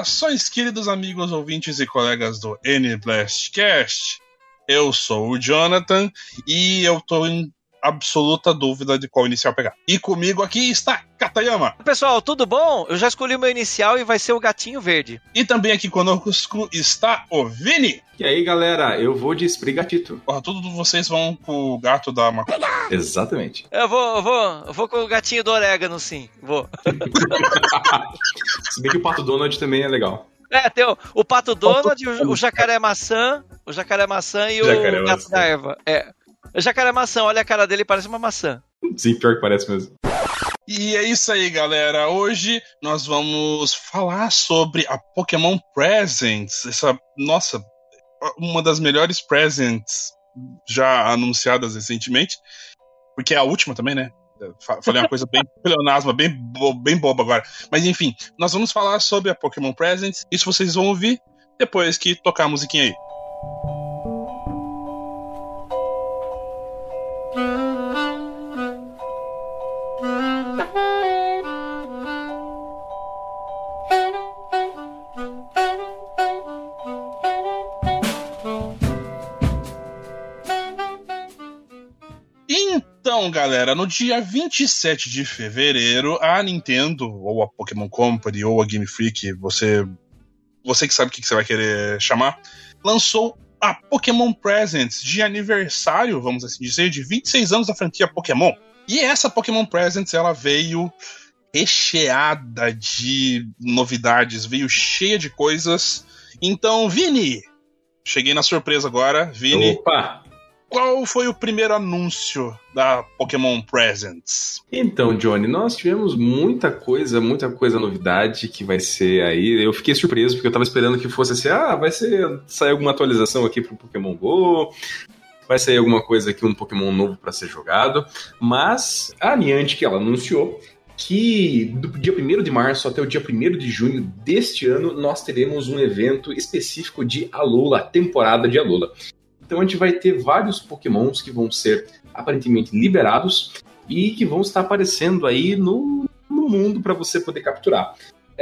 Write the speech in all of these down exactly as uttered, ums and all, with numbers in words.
Saudações, queridos amigos, ouvintes e colegas do N-Blastcast. Eu sou o Jonathan e eu tô em absoluta dúvida de qual inicial pegar. E comigo aqui está Katayama. Pessoal, tudo bom? Eu já escolhi o meu inicial e vai ser o gatinho verde. E também aqui conosco está o Vini. E aí, galera, eu vou de Sprigatito. Porra, todos vocês vão com o gato da maconha. Exatamente. Eu vou, eu vou, eu vou com o gatinho do orégano, sim. Vou. Se bem que o Pato Donald também é legal. É, tem o, o Pato Donald, o, o jacaré maçã, o jacaré maçã e o jacaré gato maçã. da erva. É. O jacaré maçã, olha a cara dele, parece uma maçã. Sim, pior que parece mesmo. E é isso aí, galera. Hoje nós vamos falar sobre a Pokémon Presents. Essa, nossa, uma das melhores presents já anunciadas recentemente. Porque é a última também, né? Falei uma coisa bem pleonasma, bem, bo- bem boba agora. Mas enfim, nós vamos falar sobre a Pokémon Presents. Isso vocês vão ouvir depois que tocar a musiquinha aí. Então, galera, no dia vinte e sete de fevereiro, a Nintendo, ou a Pokémon Company, ou a Game Freak, você, você que sabe o que você vai querer chamar, lançou a Pokémon Presents de aniversário, vamos assim dizer, de vinte e seis anos da franquia Pokémon. E essa Pokémon Presents, ela veio recheada de novidades, veio cheia de coisas. Então, Vini, cheguei na surpresa agora, Vini. Opa! Qual foi o primeiro anúncio da Pokémon Presents? Então, Johnny, nós tivemos muita coisa, muita coisa novidade que vai ser aí. Eu fiquei surpreso porque eu tava esperando que fosse assim, ah, vai ser, sair alguma atualização aqui pro Pokémon Go, vai sair alguma coisa aqui, um Pokémon novo para ser jogado. Mas a Niantic, ela anunciou que do dia primeiro de março até o dia primeiro de junho deste ano, nós teremos um evento específico de Alola, temporada de Alola. Então a gente vai ter vários Pokémons que vão ser aparentemente liberados e que vão estar aparecendo aí no, no mundo para você poder capturar.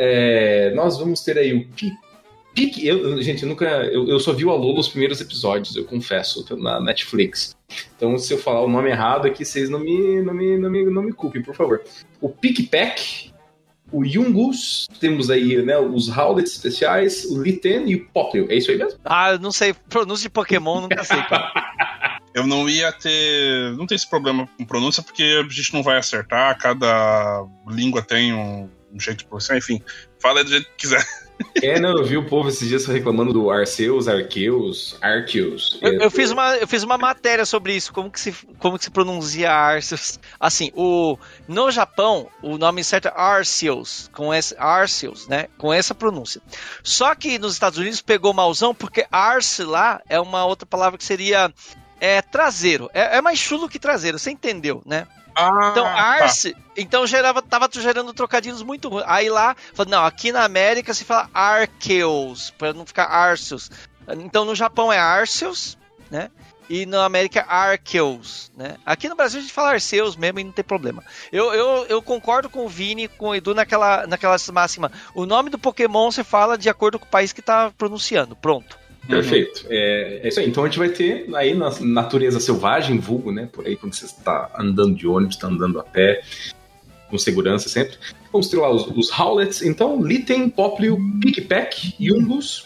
É, nós vamos ter aí o Pique. Eu, gente, eu nunca. Eu, eu só vi o Alola os primeiros episódios, eu confesso, na Netflix. Então, se eu falar o nome errado aqui, vocês não me, não me, não me, não me culpem, por favor. O Pikpak, o Yungoos, temos aí, né, os Howlets especiais, o Litten e o Popplio. É isso aí mesmo? Ah, eu não sei. Pronúncia de Pokémon, nunca sei. Cara. Eu não ia ter... Não tem esse problema com pronúncia, porque a gente não vai acertar. Cada língua tem um, um jeito de pronunciar. Enfim, fala do jeito que quiser. É, não, eu vi o povo esses dias reclamando do Arceus, Arceus, Arceus. Eu, eu, fiz uma, eu fiz uma matéria sobre isso, como que se, como que se pronuncia Arceus. Assim, o, no Japão, o nome certo é Arceus, com esse, Arceus, né, com essa pronúncia. Só que nos Estados Unidos pegou malzão, porque Arce lá é uma outra palavra que seria é, traseiro. É, é mais chulo que traseiro, você entendeu, né? Ah, então, Arce, tá. então gerava, tava gerando trocadilhos muito ruins. Aí lá, falou, não, aqui na América se fala Arceus, para não ficar Arceus. Então no Japão é Arceus, né? E na América é Arceus, né? Aqui no Brasil a gente fala Arceus mesmo e não tem problema. Eu, eu, eu concordo com o Vini, com o Edu naquela, naquela máxima. O nome do Pokémon você fala de acordo com o país que tá pronunciando. Pronto. Perfeito. É, é isso aí. Então a gente vai ter aí na natureza selvagem, vulgo, né? Por aí quando você está andando de ônibus, está andando a pé, com segurança sempre. Vamos ter lá os, os Howlets. Então, Litten, Popplio, Pikpak, Yungoos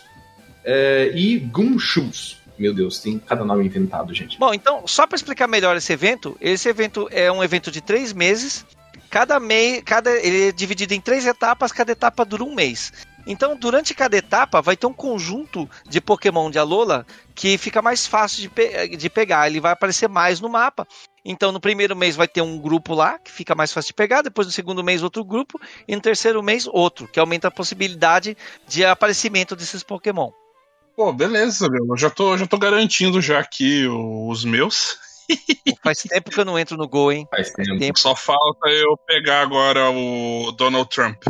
é, e Gumshoos. Meu Deus, tem cada nome inventado, gente. Bom, então, só para explicar melhor esse evento, esse evento é um evento de três meses. Cada mês, cada, ele é dividido em três etapas, cada etapa dura um mês. Então, durante cada etapa, vai ter um conjunto de Pokémon de Alola que fica mais fácil de, pe- de pegar. Ele vai aparecer mais no mapa. Então, no primeiro mês vai ter um grupo lá, que fica mais fácil de pegar. Depois, no segundo mês, outro grupo. E no terceiro mês, outro, que aumenta a possibilidade de aparecimento desses Pokémon. Pô, beleza, meu. Eu já tô, já tô garantindo já aqui os meus. Faz tempo que eu não entro no Go, hein? Faz tempo. tempo. Só falta eu pegar agora o Donald Trump.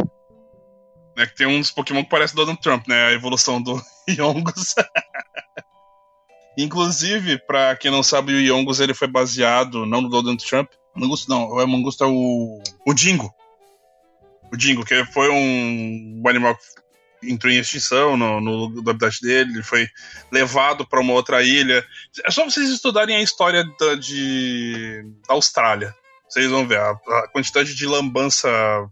Né, que tem um dos Pokémon que parece Donald Trump, né? A evolução do Yongus. Inclusive, pra quem não sabe, o Yongus ele foi baseado não no Donald Trump. Mangusto não, o Mangusto é o. O Dingo. O Dingo, que foi um, um animal entrou em extinção no, no, no habitat dele, ele foi levado para uma outra ilha. É só vocês estudarem a história da, de, da Austrália. Vocês vão ver a, a quantidade de lambança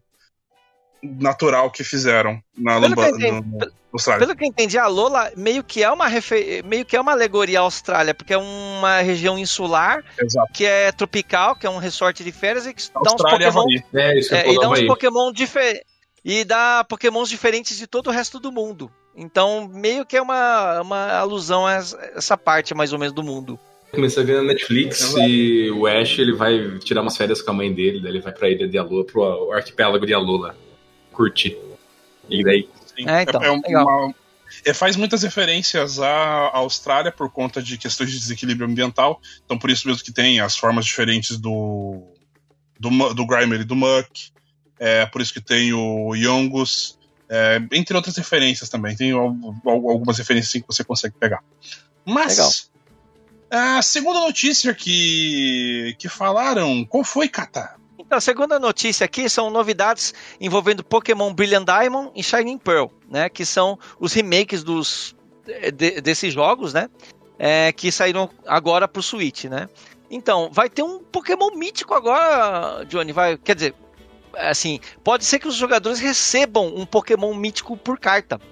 natural que fizeram na lambança. Pelo que eu entendi, a Alola meio que é uma refer... meio que é uma alegoria à Austrália, porque é uma região insular, Exato. que é tropical, que é um resort de férias e que dá uns Pokémon, é, isso é, e dá uns aí. Pokémon diferentes e dá Pokémons diferentes de todo o resto do mundo. Então, meio que é uma, uma alusão a essa parte mais ou menos do mundo. Comecei a ver na Netflix Exato. e o Ash ele vai tirar umas férias com a mãe dele, daí ele vai pra ilha de Alola, pro arquipélago de Alola, curtir. E daí É, então, é, é uma, é, faz muitas referências à Austrália por conta de questões de desequilíbrio ambiental. Então, por isso mesmo que tem as formas diferentes do do, do Grimer e do Muck. É por isso que tem o Yungus. É, entre outras referências também. Tem algumas referências que você consegue pegar. Mas, Legal. a segunda notícia que, que falaram, qual foi, Kata? Então, a segunda notícia aqui são novidades envolvendo Pokémon Brilliant Diamond e Shining Pearl, né? Que são os remakes dos, de, desses jogos, né? É, que saíram agora pro Switch, né? Então, vai ter um Pokémon mítico agora, Johnny. Vai, quer dizer, assim, pode ser que os jogadores recebam um Pokémon mítico por carta.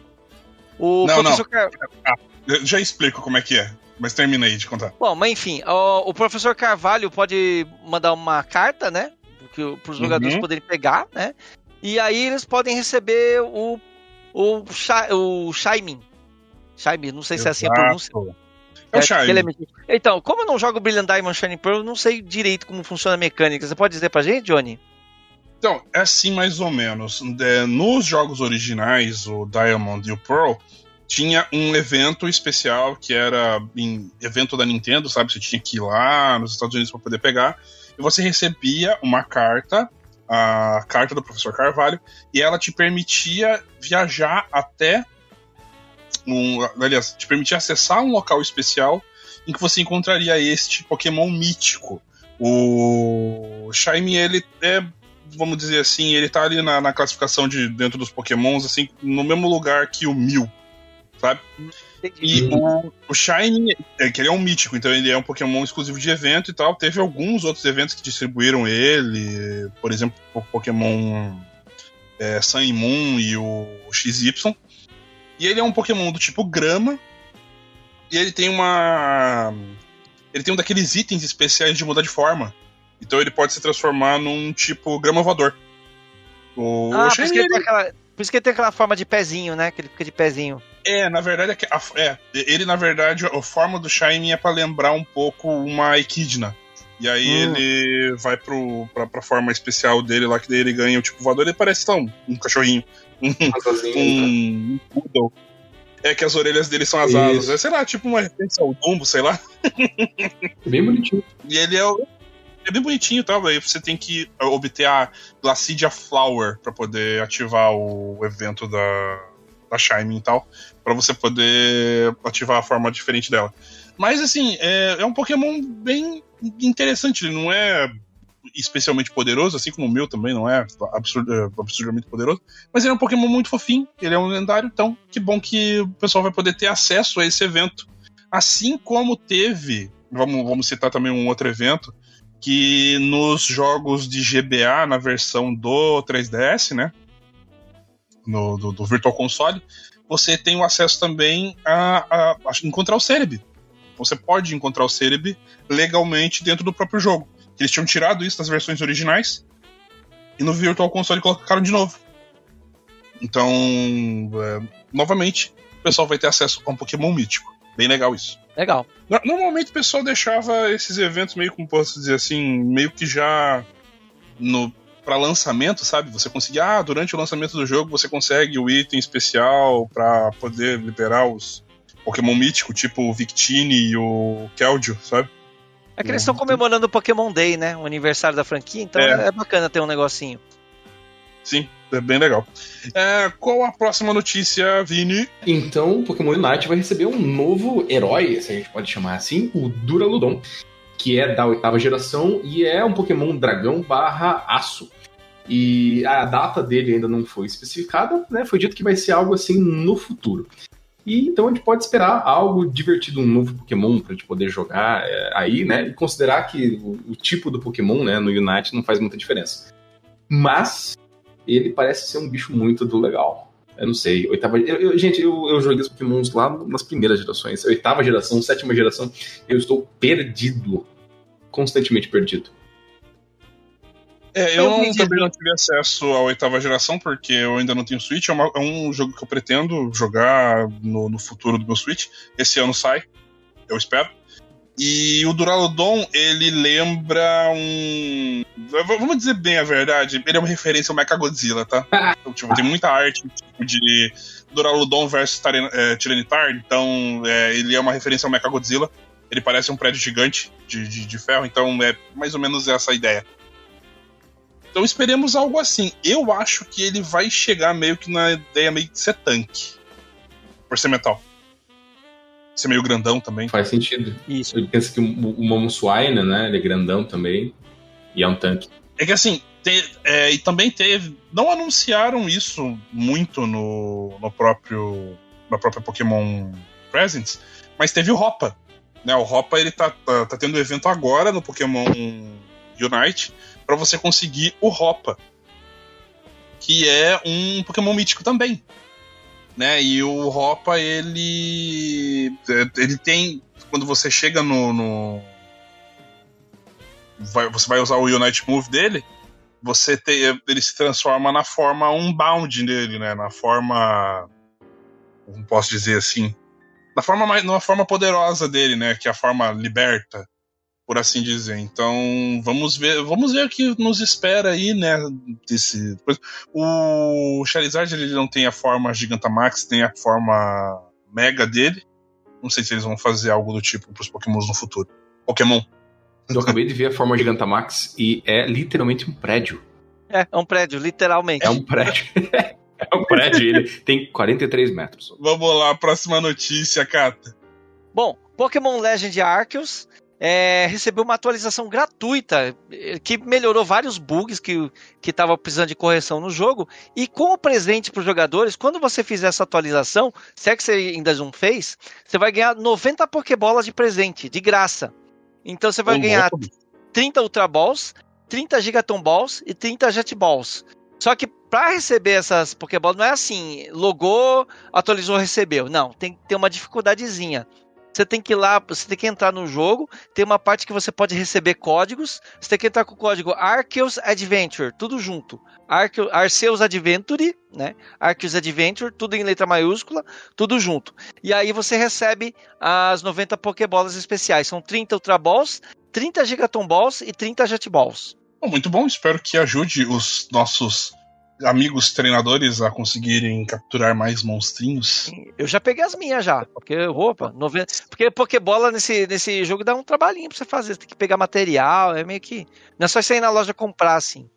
O não, professor não. Car... Ah, eu já explico como é que é. Mas termina aí de contar. Bom, mas enfim, o, o professor Carvalho pode mandar uma carta, né? Para os jogadores uhum. poderem pegar, né? E aí eles podem receber o o, o Shaymin. Shaymin, não sei se Exato. é assim a pronúncia. É o Shaymin. É... Então, como eu não jogo Brilliant Diamond Shining Pearl, eu não sei direito como funciona a mecânica. Você pode dizer pra gente, Johnny? Então, é assim mais ou menos. É, nos jogos originais, o Diamond e o Pearl, tinha um evento especial que era em evento da Nintendo, sabe? Você tinha que ir lá nos Estados Unidos para poder pegar. E você recebia uma carta, a carta do professor Carvalho, e ela te permitia viajar até um, aliás, te permitia acessar um local especial em que você encontraria este Pokémon mítico. O Shaymin, ele é, vamos dizer assim, ele tá ali na, na classificação de dentro dos Pokémons, assim, no mesmo lugar que o Mew, sabe? E o, o Shaymin, é, que ele é um mítico, então ele é um Pokémon exclusivo de evento e tal. Teve alguns outros eventos que distribuíram ele, por exemplo, o Pokémon é, Sun e Moon e o X Y. E ele é um Pokémon do tipo grama. E ele tem uma... Ele tem um daqueles itens especiais de mudar de forma. Então ele pode se transformar num tipo grama voador. O, ah, o Shaymin, por, isso que ele tem aquela, por isso que ele tem aquela forma de pezinho, né? Que ele fica de pezinho. É, na verdade, é, ele, na verdade, a forma do Shaymin é pra lembrar um pouco uma Echidna. E aí hum. ele vai pro, pra, pra forma especial dele lá, que daí ele ganha o tipo voador, ele parece tão um, um cachorrinho. Um, um, um poodle. É que as orelhas dele são as Isso. asas. É, sei lá, tipo uma referência ao Dumbo, sei lá. Bem bonitinho. E ele é, é bem bonitinho, tá? Aí você tem que obter a Glacidia Flower pra poder ativar o evento da... da Shaymin e tal, pra você poder ativar a forma diferente dela. Mas assim, é, é um Pokémon bem interessante, ele não é especialmente poderoso, assim como o meu também não é absurd, absurdamente poderoso, mas ele é um Pokémon muito fofinho, ele é um lendário, então que bom que o pessoal vai poder ter acesso a esse evento. Assim como teve, vamos, vamos citar também um outro evento, que nos jogos de G B A, na versão do três D S, né, No, do, do Virtual Console, você tem o acesso também a, a, a encontrar o Celebi. Você pode encontrar o Celebi legalmente dentro do próprio jogo. Eles tinham tirado isso das versões originais e no Virtual Console colocaram de novo. Então, é, novamente, o pessoal vai ter acesso a um Pokémon mítico. Bem legal isso. Legal. Normalmente o pessoal deixava esses eventos meio, como posso dizer assim, meio que já no... para lançamento, sabe? Você conseguir, ah, durante o lançamento do jogo você consegue o item especial para poder liberar os Pokémon mítico, tipo o Victini e o Keldeo, sabe? É que eles estão comemorando o Pokémon Day, né? O aniversário da franquia, então é, é bacana ter um negocinho. Sim, é bem legal. É, qual a próxima notícia, Vini? Então, o Pokémon Unite vai receber um novo herói, se a gente pode chamar assim, o Duraludon, que é da oitava geração e é um Pokémon dragão barra aço. E a data dele ainda não foi especificada, né? Foi dito que vai ser algo assim no futuro. E então a gente pode esperar algo divertido, um novo Pokémon pra gente poder jogar é, aí, né? E considerar que o, o tipo do Pokémon, né, no Unite não faz muita diferença. Mas ele parece ser um bicho muito do legal. Eu não sei, oitava... Eu, eu, gente, eu, eu joguei os Pokémons lá nas primeiras gerações. Oitava geração, sétima geração, eu estou perdido. Constantemente perdido. É, eu, eu não, também não tive acesso à oitava geração, porque eu ainda não tenho Switch. É, uma, é um jogo que eu pretendo jogar no, no futuro do meu Switch. Esse ano sai, eu espero. E o Duraludon, ele lembra um... Vamos dizer bem a verdade, ele é uma referência ao Mechagodzilla, tá? Então, tipo, tem muita arte tipo, de Duraludon versus é, Tyranitar, então é, ele é uma referência ao Mechagodzilla. Ele parece um prédio gigante de, de, de ferro, então é mais ou menos essa a ideia. Então esperemos algo assim. Eu acho que ele vai chegar meio que na ideia meio de ser tanque. Por ser metal. Ser meio grandão também. Faz sentido. Isso. Eu penso que o, o Momosuaina, né? Ele é grandão também. E é um tanque. É que assim, te, é, e também teve... Não anunciaram isso muito no, no próprio... Na própria Pokémon Presents, mas teve o Hoppa. Né, o Hoppa, ele tá, tá, tá tendo um evento agora no Pokémon Unite para você conseguir o Hoppa, que é um Pokémon mítico também, né? E o Hoppa, ele ele tem, quando você chega no, no vai, você vai usar o Unite Move dele, você tem, ele se transforma na forma Unbound dele, né? Na forma, como posso dizer assim, na forma mais, numa forma poderosa dele, né? Que é a forma liberta, por assim dizer. Então, vamos ver, vamos ver o que nos espera aí, né? Desse... O Charizard, ele não tem a forma Gigantamax, tem a forma Mega dele. Não sei se eles vão fazer algo do tipo pros Pokémons no futuro. Pokémon. Eu acabei de ver a forma Gigantamax e é literalmente um prédio. É, é um prédio, literalmente. É um prédio. É um prédio, ele tem quarenta e três metros. Vamos lá, próxima notícia, Kata. Bom, Pokémon Legend Arceus É, recebeu uma atualização gratuita que melhorou vários bugs que estavam precisando de correção no jogo. E como presente para os jogadores, quando você fizer essa atualização, se é que você ainda não fez, você vai ganhar noventa Pokébolas de presente, de graça. Então você vai oh, ganhar louco. trinta Ultra Balls, trinta Gigaton Balls e trinta Jet Balls. Só que para receber essas Pokébolas não é assim, logou, atualizou, recebeu. Não, tem que ter uma dificuldadezinha. Você tem que ir lá, você tem que entrar no jogo, tem uma parte que você pode receber códigos, você tem que entrar com o código Arceus Adventure, tudo junto. Arce, Arceus Adventure, né? Arceus Adventure, tudo em letra maiúscula, tudo junto. E aí você recebe as noventa Pokébolas especiais, são trinta Ultra Balls, trinta Gigaton Balls e trinta Jet Balls. Bom, muito bom, espero que ajude os nossos amigos treinadores a conseguirem capturar mais monstrinhos. Eu já peguei as minhas já, porque roupa, noventa, porque Pokébola nesse, nesse jogo dá um trabalhinho pra você fazer, você tem que pegar material, é meio que, não é só você ir na loja comprar assim.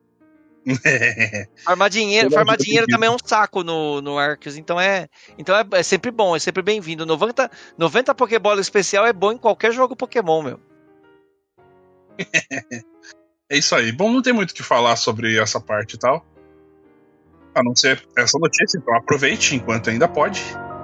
Farmar dinheiro, farmar dinheiro também é um saco no, no Arceus, então, é, então é, é sempre bom, é sempre bem-vindo. noventa, noventa Pokébola especial é bom em qualquer jogo Pokémon, meu. É isso aí. Bom, não tem muito o que falar sobre essa parte e tal. A não ser essa notícia, então aproveite enquanto ainda pode.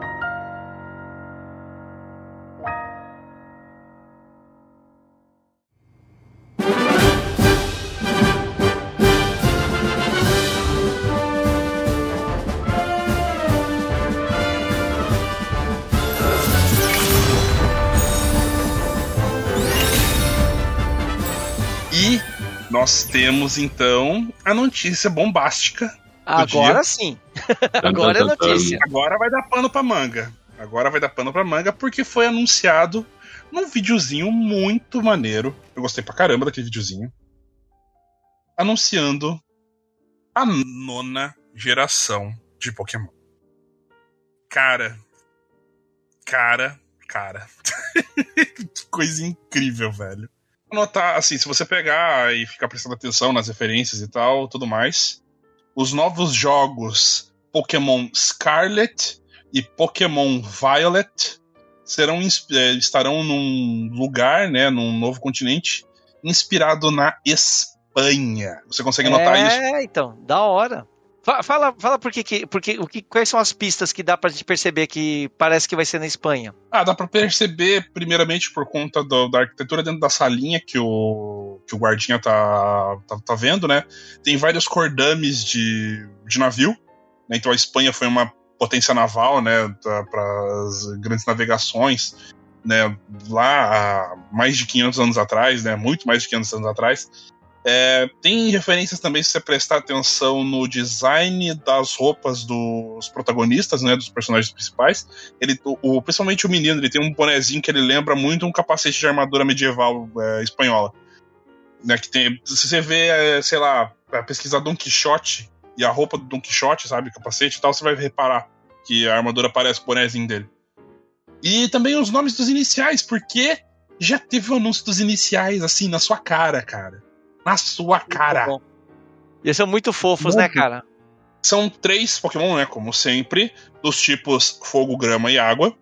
E nós temos então a notícia bombástica. Agora dia. Sim. Agora é notícia. Agora vai dar pano pra manga. Agora vai dar pano pra manga porque foi anunciado num videozinho muito maneiro. Eu gostei pra caramba daquele videozinho. Anunciando a nona geração de Pokémon. Cara. Cara. Cara. Que coisa incrível, velho. Notar, assim, se você pegar e ficar prestando atenção nas referências e tal, tudo mais... Os novos jogos Pokémon Scarlet e Pokémon Violet serão, estarão num lugar, né, num novo continente, inspirado na Espanha. Você consegue notar é, isso? É, então, da hora. Fala, fala por que, que, porque, o que, quais são as pistas que dá pra gente perceber que parece que vai ser na Espanha? Ah, dá pra perceber, primeiramente, por conta do, da arquitetura dentro da salinha que o, que o guardinha tá, tá, tá vendo, né? Tem vários cordames de, de navio, né? Então a Espanha foi uma potência naval, né? Para as grandes navegações, né? Lá há mais de quinhentos anos atrás, né? Muito mais de quinhentos anos atrás. É, tem referências também, se você prestar atenção no design das roupas dos protagonistas, né, dos personagens principais. Ele, o, principalmente o menino, ele tem um bonezinho que ele lembra muito um capacete de armadura medieval é, espanhola. Né, que tem, se você vê, é, sei lá, pesquisar Don Quixote e a roupa do Don Quixote, sabe, capacete e tal, você vai reparar que a armadura parece o bonezinho dele. E também os nomes dos iniciais, porque já teve o anúncio dos iniciais, assim, na sua cara, cara. Na sua cara. E eles são muito fofos, muito. Né, cara? São três Pokémon, né? Como sempre, dos tipos Fogo, Grama e Água.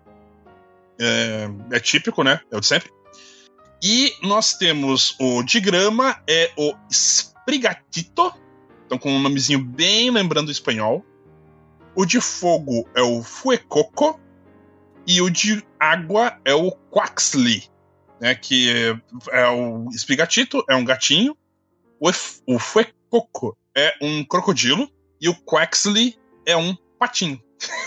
É, é típico, né? É o de sempre. E nós temos o de Grama, é o Sprigatito. Então, com um nomezinho bem lembrando o espanhol. O de Fogo é o Fuecoco. E o de Água é o Quaxly. Né, que é, é o Sprigatito, é um gatinho, o, o Fuecoco é um crocodilo e o Quaxly é um patinho.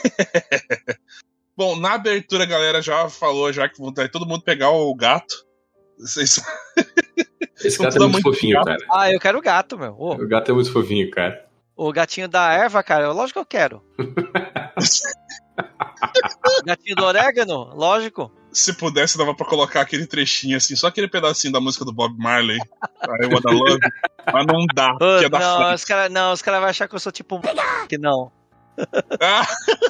Bom, na abertura a galera já falou já que vai todo mundo pegar o gato. Vocês... Esse gato é muito fofinho, gato. Cara. Ah, eu quero o gato, meu. Oh. O gato é muito fofinho, cara. O gatinho da erva, cara, lógico que eu quero. Gatinho do orégano, lógico. Se pudesse, dava pra colocar aquele trechinho assim, só aquele pedacinho da música do Bob Marley, I Wanna Love, mas não dá, oh, que é da não, os cara, não, os caras vão achar que eu sou tipo um... que não. Ah.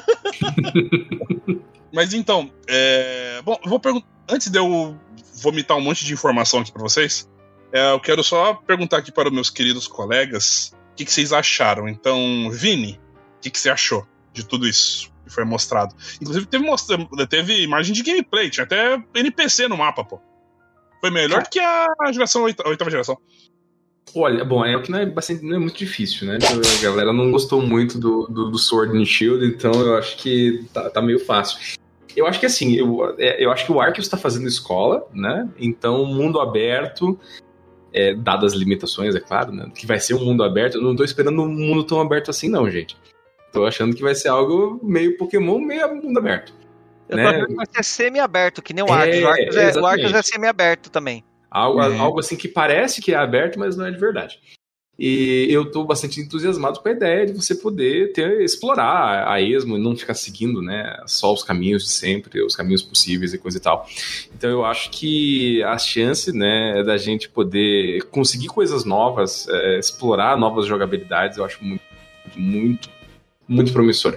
Mas então, é... bom, eu vou perguntar, antes de eu vomitar um monte de informação aqui pra vocês, é, eu quero só perguntar aqui para os meus queridos colegas, o que, que vocês acharam. Então, Vini, o que, que você achou de tudo isso que foi mostrado? Inclusive teve, mostra... teve imagem de gameplay, tinha até N P C no mapa, pô. Foi melhor que a geração, a oitava geração. Olha, bom, é o que não é, bastante, não é muito difícil, né? A galera não gostou muito do, do, do Sword and Shield, então eu acho que tá, tá meio fácil. Eu acho que assim, eu, eu acho que o Arceus tá fazendo escola, né? Então, mundo aberto, é, dadas as limitações, é claro, né? Que vai ser um mundo aberto. Eu não tô esperando um mundo tão aberto assim, não, gente. Tô achando que vai ser algo meio Pokémon, meio mundo aberto. Eu né? tô achando que vai ser semi-aberto, que nem o Arceus. É, o Arceus é, o Arceus é semi-aberto também. Algo, uhum. algo assim que parece que é aberto, mas não é de verdade. E eu tô bastante entusiasmado com a ideia de você poder ter, explorar a esmo e não ficar seguindo, né, só os caminhos de sempre, os caminhos possíveis e coisa e tal. Então eu acho que a chance, né, da gente poder conseguir coisas novas, é, explorar novas jogabilidades, eu acho muito, muito, muito promissora.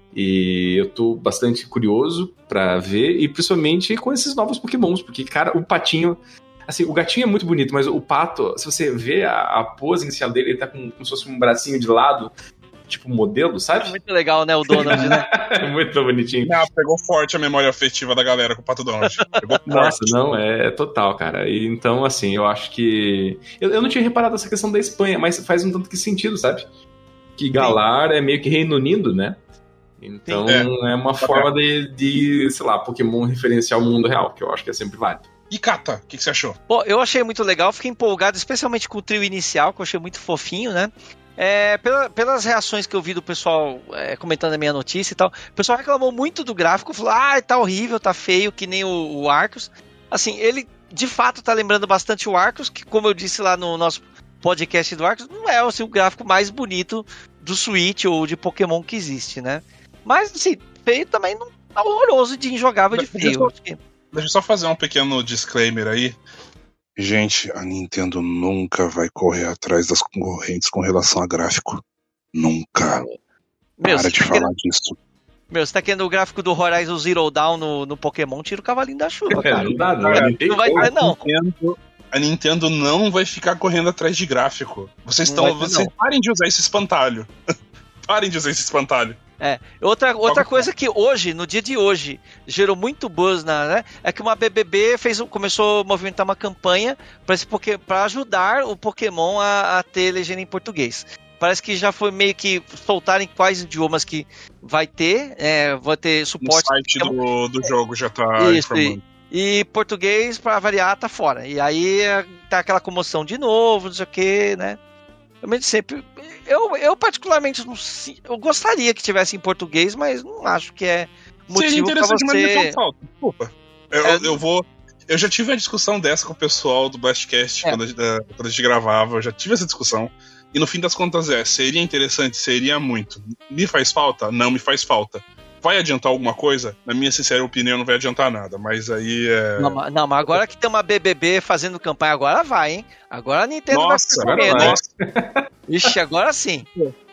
E eu tô bastante curioso pra ver, e principalmente com esses novos pokémons, porque, cara, o patinho... Assim, o gatinho é muito bonito, mas o pato, se você vê a, a pose inicial dele, ele tá com como se fosse um bracinho de lado, tipo modelo, sabe? É muito legal, né, o Donald, né? Muito bonitinho. Não, pegou forte a memória afetiva da galera com o Pato Donald. Pegou Nossa, forte. Não, é, é total, cara. E, então, assim, eu acho que... Eu, eu não tinha reparado essa questão da Espanha, mas faz um tanto que sentido, sabe? Que Galar Sim. é meio que Reino Unido, né? Então, é, é uma tá forma de, de, sei lá, Pokémon referenciar o mundo real, que eu acho que é sempre válido. E Kata, o que, que você achou? Bom, eu achei muito legal, fiquei empolgado, especialmente com o trio inicial, que eu achei muito fofinho, né? É, pela, pelas reações que eu vi do pessoal é, comentando a minha notícia e tal, o pessoal reclamou muito do gráfico, falou, ah, tá horrível, tá feio, que nem o, o Arceus. Assim, ele de fato tá lembrando bastante o Arceus, que como eu disse lá no nosso podcast do Arceus, não é assim, o gráfico mais bonito do Switch ou de Pokémon que existe, né? Mas, assim, feio também não tá horroroso de injogável de feio. Deixa eu, deixa eu só fazer um pequeno disclaimer aí. Gente, a Nintendo nunca vai correr atrás das concorrentes com relação a gráfico. Nunca. Meu, Para de tá falar querendo... disso. Meu, você tá querendo o gráfico do Horizon Zero Dawn no, no Pokémon, tira o cavalinho da chuva, cara. É, não dá, não. Não, não vai ter, não. Nintendo, a Nintendo não vai ficar correndo atrás de gráfico. Vocês estão. Vocês parem de usar esse espantalho. Parem de usar esse espantalho. É, outra, outra coisa que hoje, no dia de hoje, gerou muito buzz, na, né, é que uma B B B fez, começou a movimentar uma campanha para ajudar o Pokémon a, a ter legenda em português. Parece que já foi meio que soltarem quais idiomas que vai ter, é, vai ter suporte. O site do, do jogo já tá Isso, informando. E, e português, para variar, tá fora. E aí tá aquela comoção de novo, não sei o que, né? Eu sempre... Eu, eu particularmente, não, eu gostaria que tivesse em português, mas não acho que é motivo para você... Mas me faz falta. Desculpa. Eu, é... eu vou... Eu já tive a discussão dessa com o pessoal do Blastcast é. quando, a, quando a gente gravava. Eu já tive essa discussão. E no fim das contas é, seria interessante, seria muito. Me faz falta? Não me faz falta. Vai adiantar alguma coisa? Na minha sincera opinião, não vai adiantar nada, mas aí é... Não, não, mas agora que tem uma B B B fazendo campanha, agora vai, hein? Agora a Nintendo nossa, vai comer, né? Ixi, agora sim.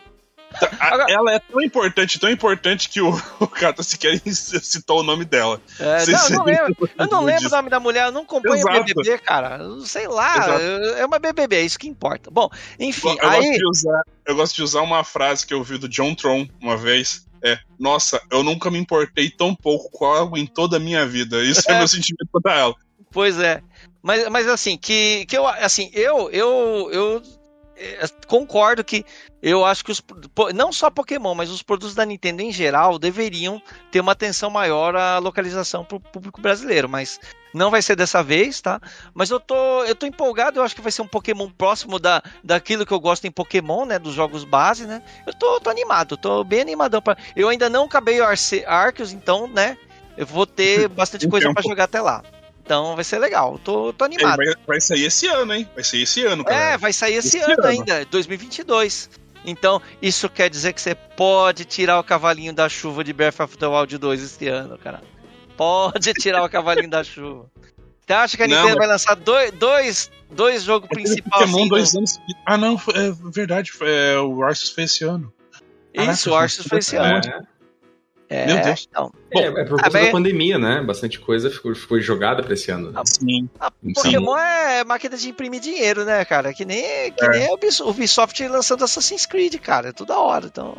Agora... Ela é tão importante, tão importante que o, o Kata sequer citou o nome dela. É, não, eu não lembro, eu não lembro o nome da mulher, eu não acompanho o B B B, cara. Sei lá, Exato. É uma B B B, é isso que importa. Bom, enfim, eu, aí... gosto de usar, eu gosto de usar uma frase que eu ouvi do John Tron uma vez. É, nossa, eu nunca me importei tão pouco com algo em toda a minha vida. Isso é, é meu sentimento pra ela. Pois é. Mas, mas assim, que, que eu, assim, eu, eu, eu concordo que eu acho que os, não só Pokémon, mas os produtos da Nintendo em geral deveriam ter uma atenção maior à localização pro público brasileiro, mas não vai ser dessa vez, tá? Mas eu tô, eu tô empolgado, eu acho que vai ser um Pokémon próximo da, daquilo que eu gosto em Pokémon, né? Dos jogos base, né? Eu tô, tô animado, tô bem animadão. Pra, eu ainda não acabei o Arce, Arceus, então, né? Eu vou ter bastante coisa pra jogar até lá. Então vai ser legal, tô, tô animado. É, vai, vai sair esse ano, hein? Vai sair esse ano, cara. É, vai sair esse, esse ano, ano ainda, dois mil e vinte e dois. Então, isso quer dizer que você pode tirar o cavalinho da chuva de Breath of the Wild dois esse ano, cara. Pode tirar o cavalinho da chuva. Você acha que a Nintendo não, vai lançar dois, dois, dois jogos principais? Pokémon assim, dois no... anos. Ah, não, é verdade. É, o Arceus foi esse ano. Caraca, isso, o Arceus foi esse ano. É. É, Meu Deus. Então, Bom, é, é por conta da pandemia, né? Bastante coisa ficou, ficou jogada pra esse ano. Né? Sim. A Pokémon Sim. é máquina de imprimir dinheiro, né, cara? Que nem, que é. nem o Ubisoft lançando Assassin's Creed, cara. É toda hora, então...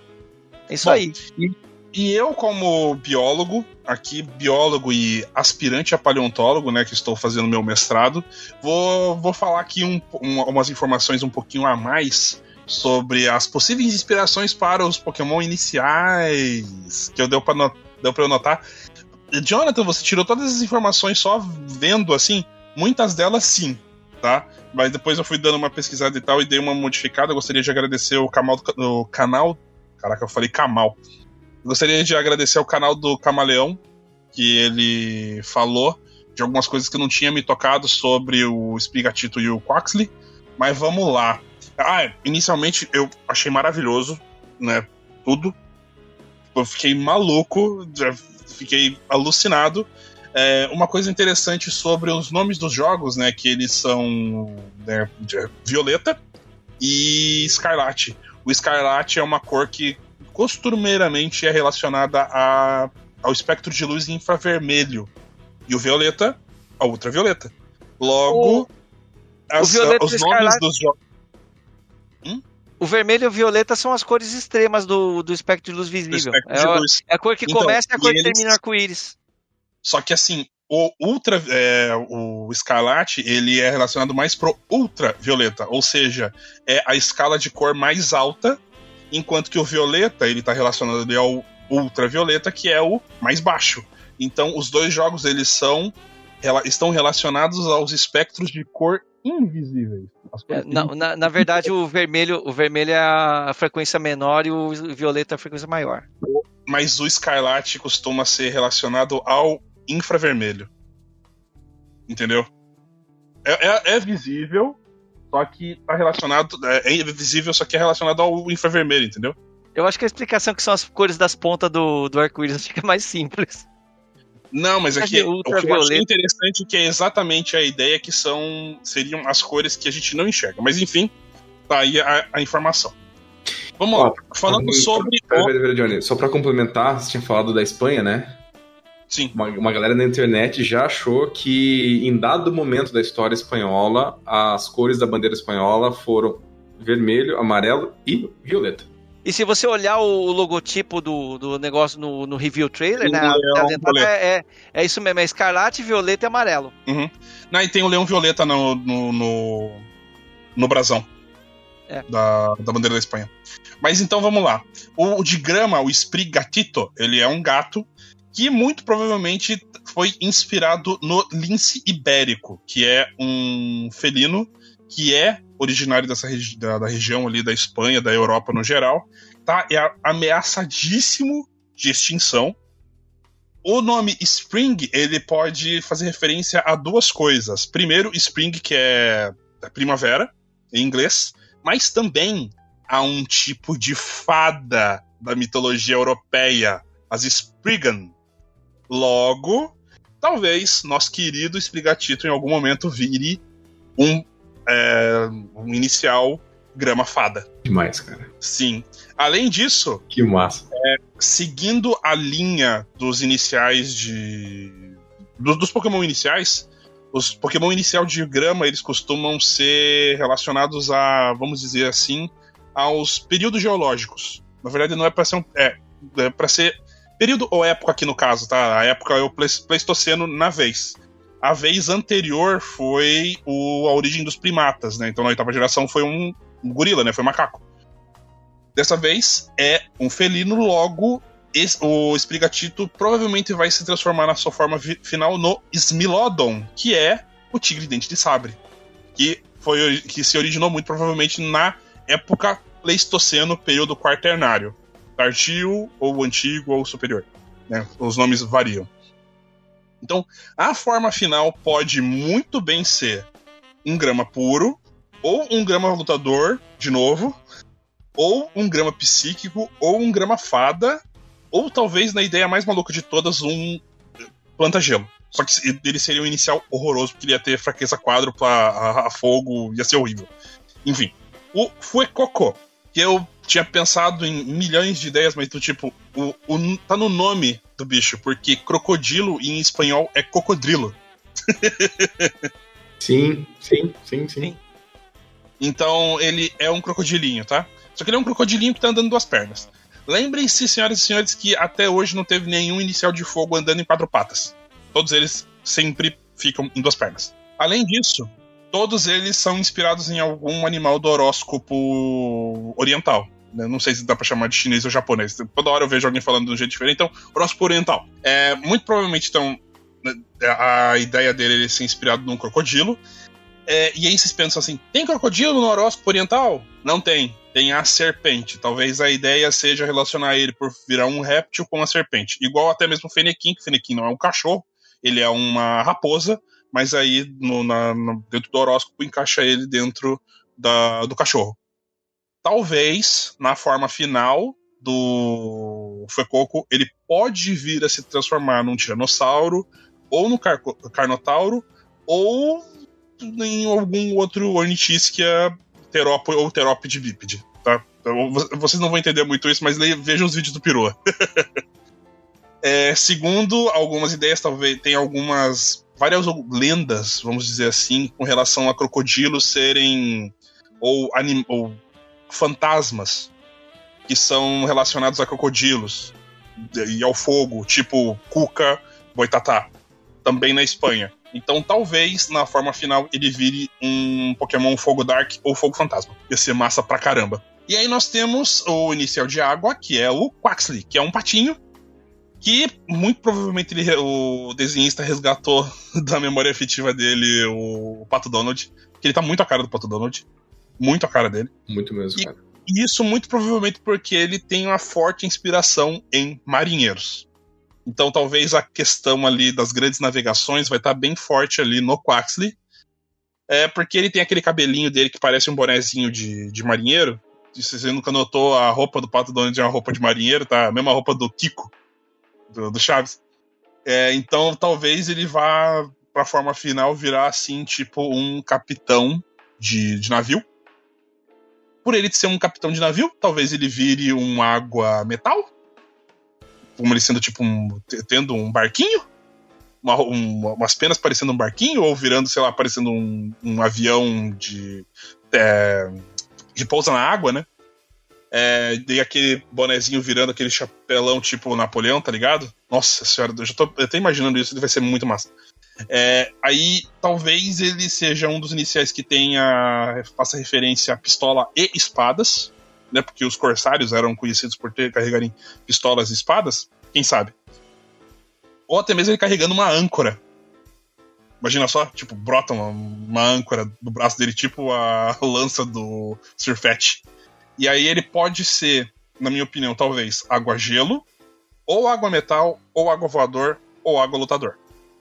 É isso Bom, aí. E, e eu, como biólogo, aqui, biólogo e aspirante a paleontólogo, né, que estou fazendo meu mestrado, vou, vou falar aqui um, um, umas informações um pouquinho a mais sobre as possíveis inspirações para os Pokémon iniciais, que eu deu para deu pra eu notar. Jonathan, você tirou todas as informações só vendo, assim, muitas delas sim, tá? Mas depois eu fui dando uma pesquisada e tal e dei uma modificada. Eu gostaria de agradecer o canal do canal... Caraca, eu falei Camal. Eu gostaria de agradecer o canal do Camaleão, que ele falou de algumas coisas que eu não tinha me tocado sobre o Sprigatito e o Quaxly, mas vamos lá. Ah, inicialmente eu achei maravilhoso, né, tudo. Eu fiquei maluco, fiquei alucinado. É, uma coisa interessante sobre os nomes dos jogos, né, que eles são né, Violeta e Escarlate. O Escarlate é uma cor que costumeiramente é relacionada a, ao espectro de luz infravermelho. E o Violeta, a ultravioleta. Logo, o, as, o os nomes dos jogos... Hum? O vermelho e o violeta são as cores extremas do, do espectro de luz visível. É, de luz. É a cor que então, começa e a cor que eles... termina o arco-íris. Só que assim, o ultra, é, o Escarlate, ele é relacionado mais pro ultravioleta, ou seja, é a escala de cor mais alta, enquanto que o violeta, ele tá relacionado ali ao ultravioleta, que é o mais baixo. Então, os dois jogos, eles são estão relacionados aos espectros de cor invisíveis. É, não, na, na verdade, o vermelho, o vermelho é a frequência menor e o violeta é a frequência maior. Mas o Escarlate costuma ser relacionado ao infravermelho. Entendeu? É, é, é visível, só que tá relacionado. É, é visível, só que é relacionado ao infravermelho, entendeu? Eu acho que a explicação que são as cores das pontas do, do arco-íris fica mais simples. Não, mas aqui o que eu achei interessante que é exatamente a ideia que são seriam as cores que a gente não enxerga. Mas enfim, tá aí a, a informação. Vamos Ó, lá, falando pra, sobre... Pera, pera, pera, Johnny, só pra complementar, você tinha falado da Espanha, né? Sim. Uma, uma galera na internet já achou que em dado momento da história espanhola, as cores da bandeira espanhola foram vermelho, amarelo e violeta. E se você olhar o logotipo do, do negócio no, no review trailer, Tem né? um A leão dentada é, é, é isso mesmo, é escarlate, violeta e amarelo. Uhum. Não, e tem o leão violeta no, no, no, no brasão É. da, da bandeira da Espanha. Mas então vamos lá. O, o de grama, o Sprigatito, ele é um gato que muito provavelmente foi inspirado no lince ibérico, que é um felino que é originário dessa regi- da, da região ali da Espanha, da Europa no geral, tá? É ameaçadíssimo de extinção. O nome Spring, ele pode fazer referência a duas coisas. Primeiro, Spring, que é primavera, em inglês, mas também a um tipo de fada da mitologia europeia, as Spriggan. Logo, talvez nosso querido Sprigatito em algum momento vire um É, um inicial grama fada. Demais, cara. Sim. Além disso, Que massa. É, seguindo a linha dos iniciais de. Dos, dos Pokémon iniciais, os Pokémon inicial de grama, eles costumam ser relacionados a, vamos dizer assim, aos períodos geológicos. Na verdade, não é pra ser um. É, é pra ser. Período ou época aqui no caso, tá? A época é o Pleistoceno na vez. A vez anterior foi o, a origem dos primatas, né? Então na oitava geração foi um, um gorila, né? Foi um macaco. Dessa vez é um felino, logo esse, o Sprigatito provavelmente vai se transformar na sua forma vi, final no Smilodon, que é o tigre dente de sabre. Que, foi, que se originou muito provavelmente na época Pleistoceno, período quaternário. Tardio, ou antigo, ou superior. Né? Os nomes variam. Então, a forma final pode muito bem ser um grama puro, ou um grama lutador, de novo, ou um grama psíquico, ou um grama fada, ou talvez, na ideia mais maluca de todas, um planta-gelo. Só que ele seria um inicial horroroso, porque ele ia ter fraqueza quádrupla a, a fogo, ia ser horrível. Enfim, o Fuecoco, que eu tinha pensado em milhões de ideias, mas do tipo, o, o, tá no nome do bicho, porque crocodilo em espanhol é cocodrilo. Sim, sim, sim, sim, sim. Então ele é um crocodilinho, tá? Só que ele é um crocodilinho que tá andando duas pernas. Lembrem-se, senhoras e senhores, que até hoje não teve nenhum inicial de fogo andando em quatro patas. Todos eles sempre ficam em duas pernas. Além disso, todos eles são inspirados em algum animal do horóscopo oriental. Não sei se dá pra chamar de chinês ou japonês. Toda hora eu vejo alguém falando de um jeito diferente. Então, horóscopo oriental. É, muito provavelmente, então, a ideia dele é ele ser inspirado num crocodilo. É, e aí vocês pensam assim, tem crocodilo no horóscopo oriental? Não tem. Tem a serpente. Talvez a ideia seja relacionar ele por virar um réptil com a serpente. Igual até mesmo o Fennekin, que o Fennekin não é um cachorro, ele é uma raposa, mas aí no, na, no, dentro do horóscopo encaixa ele dentro da, do cachorro. Talvez, na forma final do Fuecoco, ele pode vir a se transformar num tiranossauro, ou no car- carnotauro, ou em algum outro ornitisquia terópode ou terópode bípede, tá? Então, vocês não vão entender muito isso, mas vejam os vídeos do Pirua. É, segundo algumas ideias, talvez tem algumas várias lendas, vamos dizer assim, com relação a crocodilos serem ou, anim, ou fantasmas que são relacionados a crocodilos e ao fogo, tipo Cuca, Boitatá, também na Espanha. Então talvez na forma final ele vire um Pokémon Fogo Dark ou Fogo Fantasma. Ia ser massa pra caramba. E aí nós temos o inicial de água, que é o Quaxly, que é um patinho que muito provavelmente ele, o desenhista resgatou da memória afetiva dele o Pato Donald, que ele tá muito a cara do Pato Donald. Muito a cara dele. Muito mesmo, cara. E isso muito provavelmente porque ele tem uma forte inspiração em marinheiros. Então talvez a questão ali das grandes navegações vai estar bem forte ali no Quaxly. É porque ele tem aquele cabelinho dele que parece um bonezinho de, de marinheiro. Se você nunca notou, a roupa do Pato Donald é uma roupa de marinheiro, tá? A mesma roupa do Kiko, do, do Chaves. É, então talvez ele vá pra forma final virar assim, tipo um capitão de, de navio. Por ele ser um capitão de navio, talvez ele vire um água metal, como ele sendo tipo um, tendo um barquinho, uma, um, umas penas parecendo um barquinho, ou virando, sei lá, parecendo um, um avião de é, que pousa na água, né? É, dei aquele bonezinho virando aquele chapelão tipo Napoleão, tá ligado? Nossa senhora, eu já tô até imaginando isso, ele vai ser muito massa. É, aí talvez ele seja um dos iniciais que tenha, faça referência a pistola e espadas, né? Porque os corsários eram conhecidos por ter, carregarem pistolas e espadas, quem sabe? Ou até mesmo ele carregando uma âncora. Imagina só, tipo, brota uma, uma âncora do braço dele, tipo a lança do Sir Fett. E aí ele pode ser, na minha opinião, talvez água-gelo, ou água-metal, ou água-voador, ou água-lutador.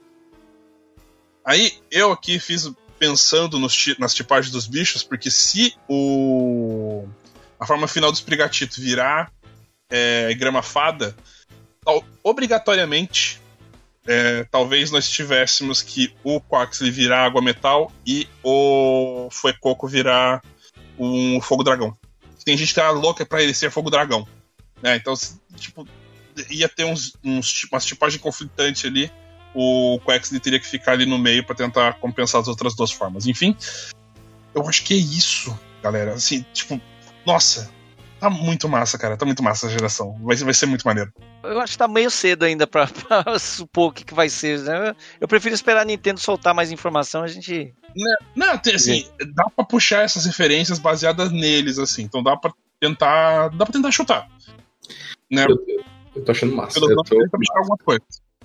Aí eu aqui fiz pensando nos, nas tipagens dos bichos, porque se o a forma final do Sprigatito virar é, grama-fada, obrigatoriamente... É, talvez nós tivéssemos que o Quaxley virar água-metal e o Fuecoco virar um fogo-dragão. Tem gente que tá louca pra ele ser fogo-dragão, né? Então, tipo, ia ter uns, uns, umas tipagens conflitantes ali. O Quaxley teria que ficar ali no meio pra tentar compensar as outras duas formas. Enfim, eu acho que é isso, galera. Assim, tipo, nossa... Tá muito massa, cara. Tá muito massa essa geração. Vai, vai ser muito maneiro. Eu acho que tá meio cedo ainda pra, pra supor o que, que vai ser, né? Eu prefiro esperar a Nintendo soltar mais informação, a gente... Não, não tem, assim, dá pra puxar essas referências baseadas neles, assim. Então dá pra tentar... Dá pra tentar chutar. Né? Eu, eu tô achando massa. Eu eu tô... tentar puxar alguma coisa.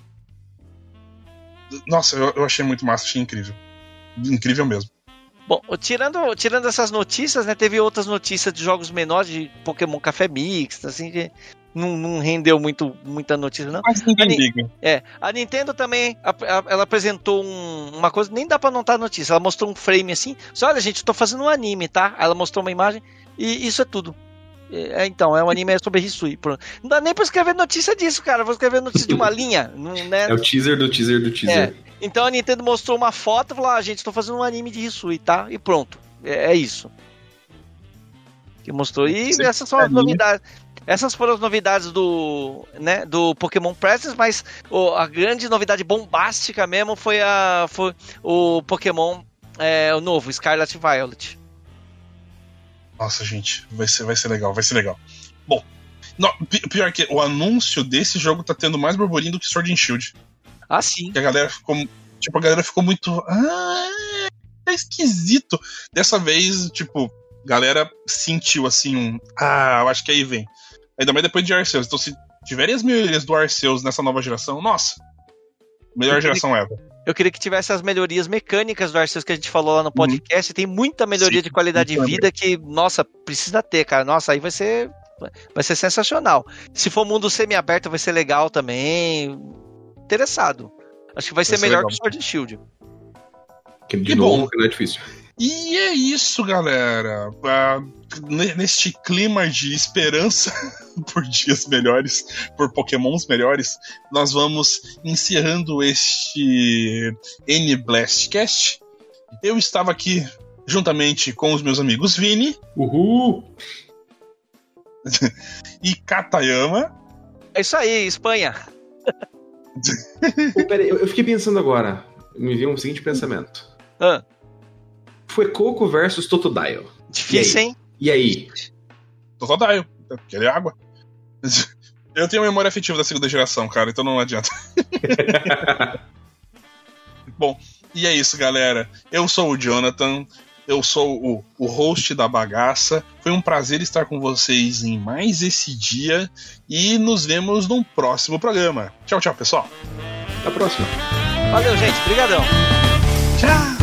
Nossa, eu, eu achei muito massa. Achei incrível. Incrível mesmo. Bom, tirando, tirando essas notícias, né, teve outras notícias de jogos menores de Pokémon Café Mix, assim, que não, não rendeu muito, muita notícia, não. Mas ninguém liga. É, a Nintendo também, a, a, ela apresentou um, uma coisa, nem dá pra notar a notícia, ela mostrou um frame assim, só olha gente, eu tô fazendo um anime, tá? Ela mostrou uma imagem e isso é tudo. É, então, é um anime sobre Hisui. Não dá nem pra escrever notícia disso, cara, eu vou escrever notícia de uma linha. Não, né? É o teaser do teaser do teaser. É. Então a Nintendo mostrou uma foto e falou, ah, gente, tô fazendo um anime de Hisui, tá? E pronto. É, é isso. Que mostrou. E Sim, essas são as novidades. Essas foram as novidades do, né, do Pokémon Presents, mas oh, a grande novidade bombástica mesmo foi, a, foi o Pokémon é, o novo, Scarlet Violet. Nossa, gente, vai ser, vai ser legal, vai ser legal. Bom, não, pior que o anúncio desse jogo tá tendo mais burburinho do que Sword and Shield. Ah, sim. Que a galera ficou. Tipo, a galera ficou muito. Ah, é esquisito. Dessa vez, tipo, a galera sentiu assim um. Ah, eu acho que aí vem. Ainda mais depois de Arceus. Então, se tiverem as melhorias do Arceus nessa nova geração, nossa. Melhor geração ever. Eu queria que tivesse as melhorias mecânicas do Arceus que a gente falou lá no podcast. Uhum. Tem muita melhoria Sim, de qualidade de vida que, nossa, precisa ter, cara. Nossa, aí vai ser. Vai ser sensacional. Se for mundo semi-aberto, vai ser legal também. Interessado. Acho que vai, vai ser, ser melhor legal. Que o Sword and Shield. Que, de que novo, bom. Que não é difícil. E é isso, galera. Uh, neste clima de esperança por dias melhores, por Pokémons melhores, nós vamos encerrando este N-Blastcast. Eu estava aqui juntamente com os meus amigos Vini. Uhul! E Katayama. É isso aí, Espanha. Pô, peraí, eu, eu fiquei pensando agora. Me veio um seguinte pensamento. Ah. Fuecoco versus Totodile. Difícil, e hein? E aí? Totodile, porque ele é água. Eu tenho memória afetiva da segunda geração, cara, então não adianta. Bom, e é isso, galera. Eu sou o Jonathan. Eu sou o, o host da bagaça. Foi um prazer estar com vocês em mais esse dia. E nos vemos num próximo programa. Tchau, tchau, pessoal. Até a próxima. Valeu, gente. Obrigadão. Tchau.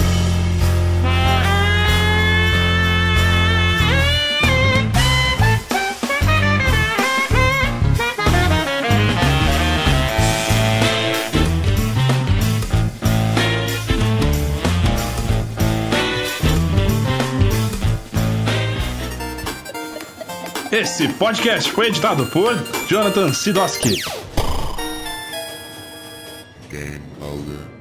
Esse podcast foi editado por Jonathan Sidoski. Game over.